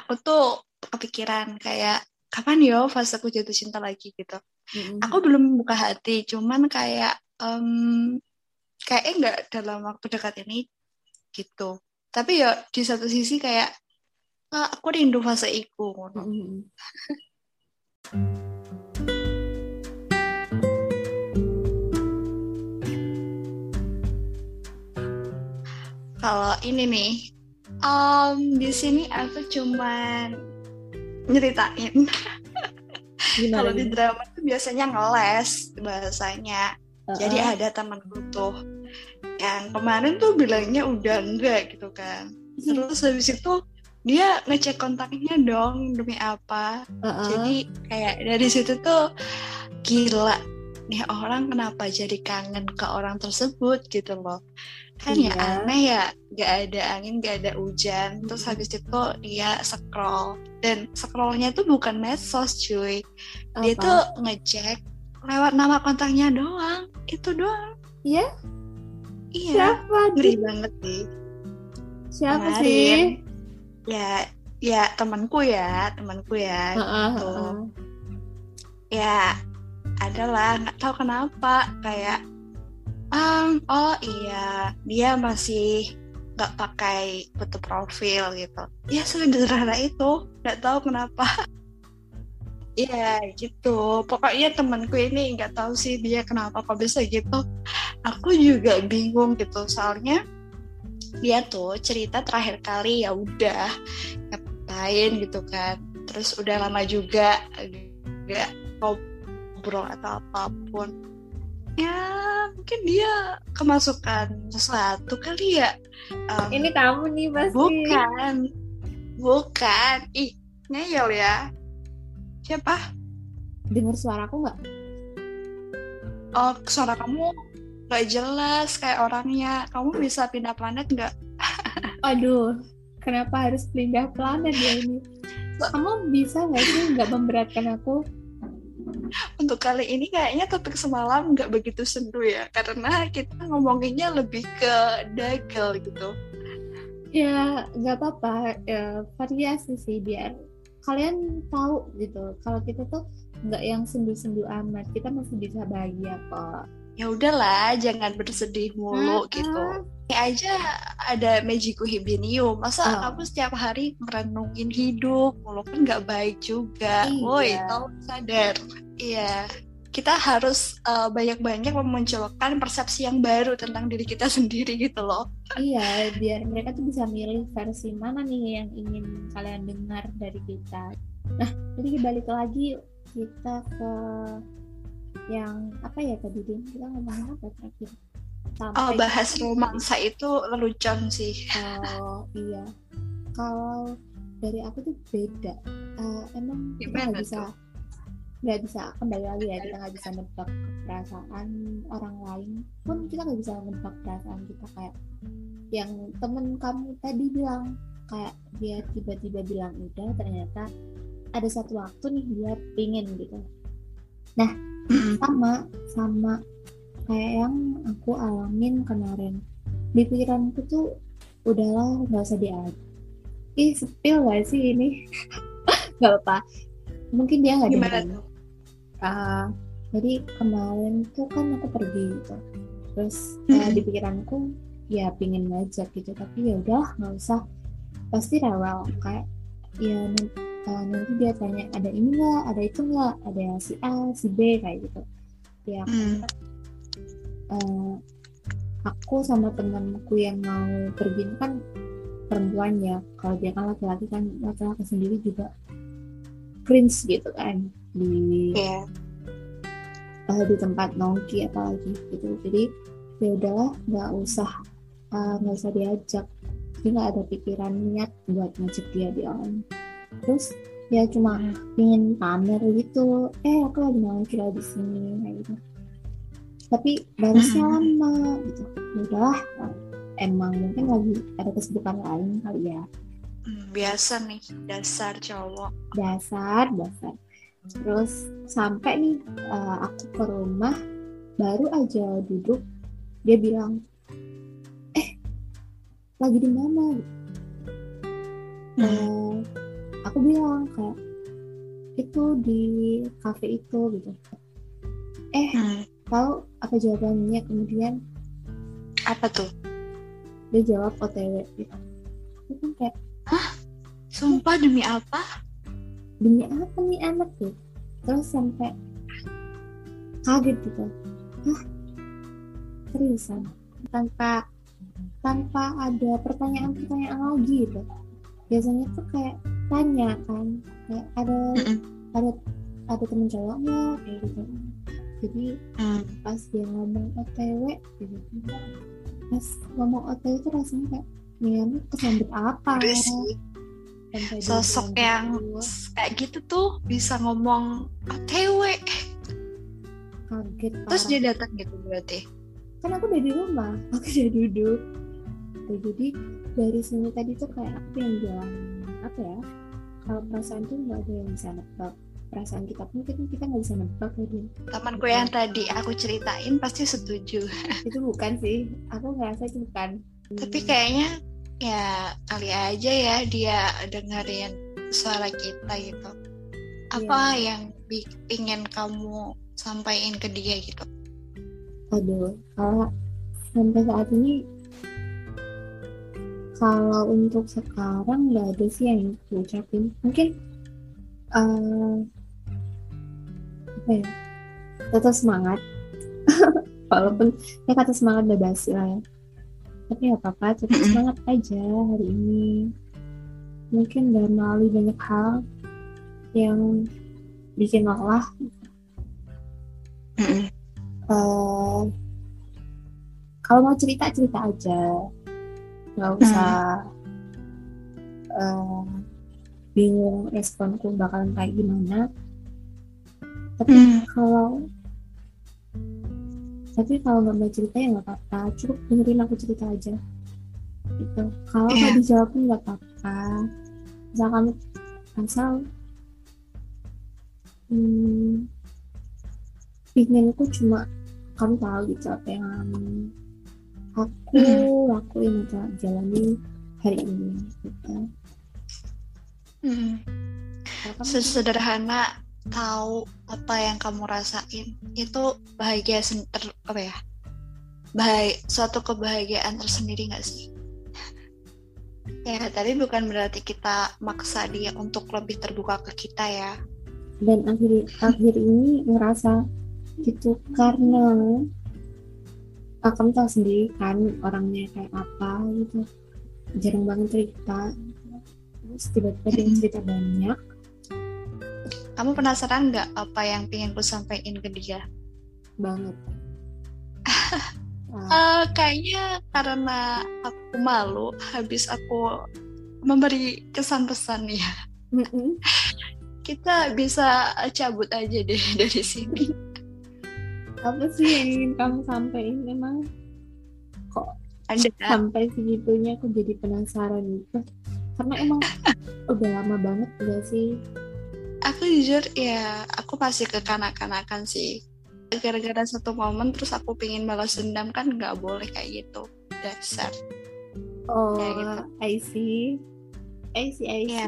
aku tuh kepikiran kayak kapan yo faseku jatuh cinta lagi gitu. Aku belum buka hati, cuman kayak kayaknya nggak dalam waktu dekat ini gitu. Tapi ya di satu sisi kayak aku rindu fase iku ngono. Kalau ini nih, di sini aku cuman nyeritain. Kalau di drama tuh biasanya ngeles bahasanya. Jadi ada temanku tuh yang kemarin tuh bilangnya udah enggak gitu kan. Terus habis itu dia ngecek kontaknya dong demi apa. Jadi kayak dari situ tuh gila nih orang kenapa jadi kangen ke orang tersebut gitu loh. Kan ya aneh ya, gak ada angin, gak ada hujan. Terus habis itu dia scroll. Dan scrollnya itu bukan medsos cuy. Dia tuh ngecek lewat nama kontaknya doang. Itu doang. Iya? Iya. Siapa? Ngeri banget sih. Siapa sih? Ya temanku ya gitu. Ya adalah nggak tahu kenapa kayak oh iya dia masih nggak pakai foto profil gitu ya sederhana itu nggak tahu kenapa. Iya gitu pokoknya temanku ini nggak tahu sih dia kenapa kok bisa gitu, aku juga bingung gitu soalnya dia tuh cerita terakhir kali ya udah ngapain gitu kan, terus udah lama juga nggak ngobrol atau apapun. Ya mungkin dia kemasukan sesuatu kali ya. Ini kamu nih pasti. Bukan. Ih ngeyel ya. Siapa? Dengar suaraku nggak? Oh suara kamu nggak jelas kayak orangnya. Kamu bisa pindah planet nggak? Aduh, kenapa harus pindah planet ya ini? Kamu bisa nggak sih nggak memberatkan aku? Untuk kali ini kayaknya topik semalam nggak begitu sendu ya, karena kita ngomonginnya lebih ke dagel gitu. Ya nggak apa-apa, variasi sih biar kalian tahu gitu. Kalau kita tuh nggak yang sendu-sendu amat, kita masih bisa bahagia kok. Ya udahlah, jangan bersedih mulu gitu. Ini aja ada Mejiku Hibiniu, masa kamu setiap hari merenungin hidup, mulu kan nggak baik juga. Woi, tolong sadar. Iya, kita harus banyak-banyak memunculkan persepsi yang baru tentang diri kita sendiri gitu loh. Iya, biar mereka tuh bisa milih versi mana nih yang ingin kalian dengar dari kita. Nah, jadi balik lagi kita ke yang apa ya tadi Din? Kita ngomongin apa terakhir? Bahas romansa itu lelucon sih. Oh iya, kalau dari aku tuh beda. Emang kita nggak bisa kembali lagi ya, kita nggak bisa nebak perasaan orang lain pun, kita nggak bisa nebak perasaan kita. Kayak yang temen kamu tadi bilang, kayak dia tiba-tiba bilang udah, ternyata ada satu waktu nih dia pingin gitu. Nah sama kayak yang aku alamin kemarin, di pikiranku tuh udahlah nggak usah diajak. Sepil gak sih ini? Gak apa, mungkin dia nggak dengerin. Jadi kemarin tuh kan aku pergi gitu, terus di pikiranku ya pingin ngajak gitu, tapi ya udah nggak usah, pasti rewel. Kayak ya nanti dia tanya ada ini nggak, ada itu nggak, ada si A si B kayak gitu ya. Aku sama temanku yang mau pergi kan perempuan ya, kalau dia kan laki-laki kan, laki-laki sendiri juga cringe gitu kan di tempat nongki apalagi gitu. Jadi ya udahlah nggak usah diajak, jadi nggak ada pikiran niat buat ngajak dia di awal. Terus ya cuma ingin pamer gitu, aku lagi nongki di sini kayak gitu, tapi barisnya lama gitu. Udah, emang mungkin lagi ada kesibukan lain kali ya. Biasa nih, dasar cowok. Dasar. Terus sampai nih aku ke rumah, baru aja duduk dia bilang, lagi di mana? bilang kayak itu di kafe itu gitu. Tahu apa jawabannya? Kemudian apa tuh? Dia jawab OTW gitu. Itu kan kayak, sumpah demi apa? Demi apa nih anak tuh? Terus sampai kaget gitu. Seriusan? Tanpa ada pertanyaan lagi gitu. Biasanya tuh kayak tanya kan, kayak ada temen cowoknya kayak gitu. Jadi pas dia ngomong OTW gitu, pas ngomong OTW itu rasanya kayak Mian kesambet apa? Sosok yang kayak gitu tuh bisa ngomong OTW. Kaget parah. Terus dia datang gitu berarti? Kan aku udah di rumah, aku udah duduk. Jadi dari sini tadi tuh kayak aku yang bilang apa ya? Kalau perasaan tuh nggak ada yang bisa nebak. Perasaan kita pun kita nggak bisa nebak lagi. Temanku yang tadi aku ceritain pasti setuju. Itu bukan sih, aku ngerasa itu bukan. Tapi kayaknya ya kali aja ya dia dengerin suara kita gitu. Apa yang ingin kamu sampaikan ke dia gitu? Aduh, kalau sampai saat ini, kalau untuk sekarang nggak ada sih yang aku ucapin. Mungkin apa ya, tetap semangat. Walaupun ya kata semangat udah basi lah ya, tapi nggak apa-apa, tetap semangat aja hari ini. Mungkin udah melalui banyak hal yang bikin lelah. Kalau mau cerita aja, nggak usah bingung responku bakalan kayak gimana. Tapi kalau nggak mau cerita ya nggak apa-apa, cukup dengerin aku cerita aja gitu. Kalau nggak dijawab pun nggak apa-apa, asal inginku cuma kamu tahu gitu apa yang aku lakuin atau jalani hari ini gitu. Sesederhana tahu apa yang kamu rasain itu bahagia suatu kebahagiaan tersendiri nggak sih? Ya, tapi bukan berarti kita maksa dia untuk lebih terbuka ke kita ya. Dan akhir ini ngerasa gitu karena kamu tahu sendiri kan orangnya kayak apa gitu, jarang banget cerita, terus tiba-tiba dia cerita banyak. Kamu penasaran nggak apa yang pengen ku sampaikan ke dia? Banget. Kayaknya karena aku malu habis aku memberi kesan-pesan ya. Kita bisa cabut aja deh dari sini. Apa sih yang ingin kamu sampaikan? Emang kok sampai segitunya aku jadi penasaran gitu. Karena emang udah lama banget gak sih? Aku jujur ya, aku pasti kekanak-kanakan sih. Gara-gara satu momen terus aku pengen balas dendam, kan nggak boleh kayak gitu. Dasar. Oh, gitu. I see. Ya.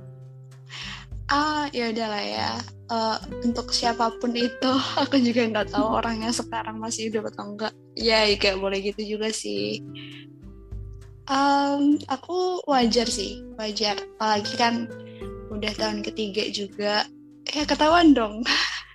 Ya udahlah ya. Untuk siapapun itu, aku juga nggak tahu orangnya sekarang masih hidup atau enggak. Ya, kayak boleh gitu juga sih. Aku wajar. Apalagi kan udah tahun ketiga juga. Ya ketahuan dong.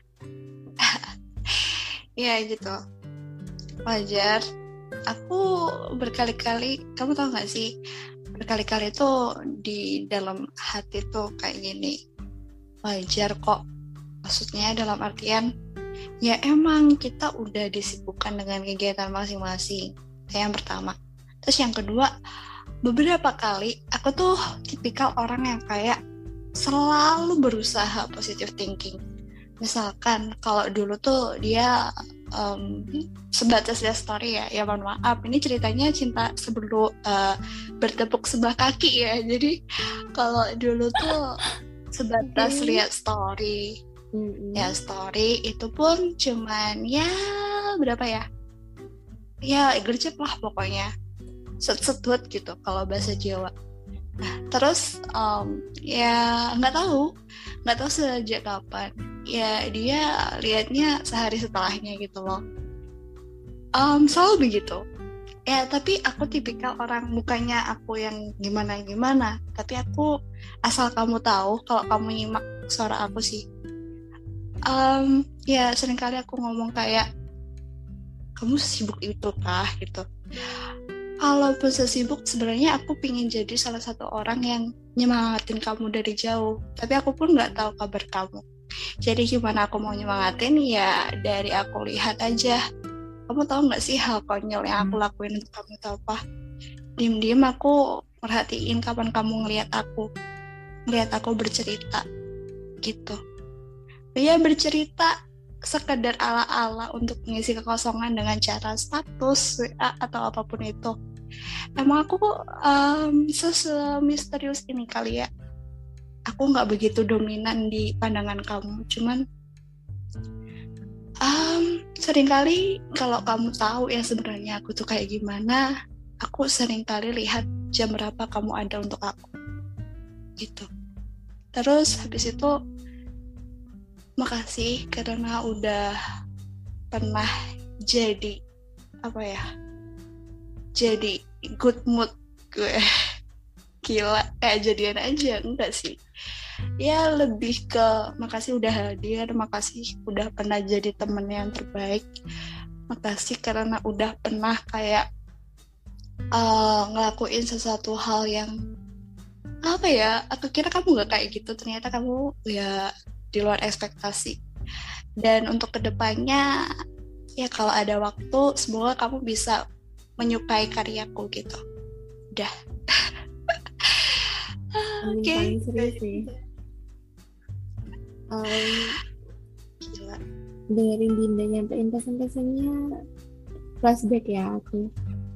Ya gitu. Wajar. Aku berkali-kali, kamu tahu nggak sih? Berkali-kali tuh di dalam hati tuh kayak gini. Wajar kok. Maksudnya dalam artian ya emang kita udah disibukkan dengan kegiatan masing-masing. Yang pertama. Terus yang kedua, beberapa kali aku tuh tipikal orang yang kayak selalu berusaha positive thinking. Misalkan kalau dulu tuh dia sebatas dia story ya mohon maaf, ini ceritanya cinta sebelum bertepuk sebelah kaki ya. Jadi kalau dulu tuh sebatas lihat story. Ya story itu pun cuman ya berapa ya? Ya gercep lah pokoknya. Set-setut gitu kalau bahasa Jawa. Terus ya nggak tahu sejak kapan ya dia liatnya sehari setelahnya gitu loh. Selalu begitu ya, tapi aku tipikal orang, bukannya aku yang gimana tapi aku asal kamu tahu kalau kamu nyimak suara aku sih. Ya seringkali aku ngomong kayak, kamu sibuk itu kah gitu. Kalaupun sesibuk, sebenarnya aku pingin jadi salah satu orang yang nyemangatin kamu dari jauh, tapi aku pun nggak tahu kabar kamu. Jadi gimana aku mau nyemangatin ya dari aku lihat aja. Kamu tahu nggak sih hal konyol yang aku lakuin untuk kamu, tahu apa? Diem-diem aku merhatiin kapan kamu ngelihat aku bercerita gitu. Ya bercerita sekedar ala-ala untuk mengisi kekosongan dengan cara status WA atau apapun itu. Emang aku misterius ini kali ya. Aku nggak begitu dominan di pandangan kamu, cuman seringkali kalau kamu tahu ya sebenarnya aku tuh kayak gimana, aku seringkali lihat jam berapa kamu ada untuk aku gitu. Terus habis itu makasih karena udah pernah jadi jadi good mood gue. Gila, kayak jadian aja, enggak sih. Ya lebih ke makasih udah hadir, makasih udah pernah jadi temen yang terbaik, makasih karena udah pernah kayak ngelakuin sesuatu hal yang aku kira kamu gak kayak gitu, ternyata kamu ya di luar ekspektasi. Dan untuk kedepannya ya kalau ada waktu semoga kamu bisa menyukai karyaku gitu. Udah. Oke. Serius sih. Gila. Dengerin Dinda nyampein pesan-pesannya flashback ya aku.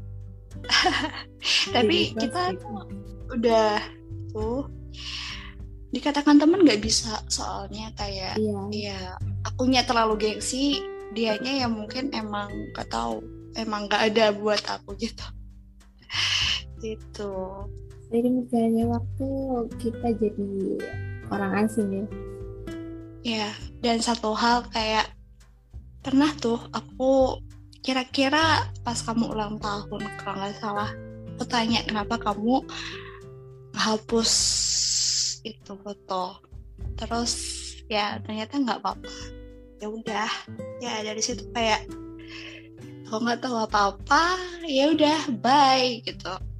Tapi kita udah tuh dikatakan teman nggak bisa, soalnya kayak ya akunya terlalu gengsi, dianya ya mungkin emang nggak tahu, emang nggak ada buat aku gitu. Gitu. Seiring berjalannya waktu kita jadi orang asing ya. Ya, dan satu hal kayak pernah tuh aku kira-kira pas kamu ulang tahun kalau nggak salah, aku tanya kenapa kamu hapus itu foto. Terus ya ternyata nggak apa-apa. Ya udah, ya dari situ kayak aku nggak tahu apa-apa, ya udah bye gitu.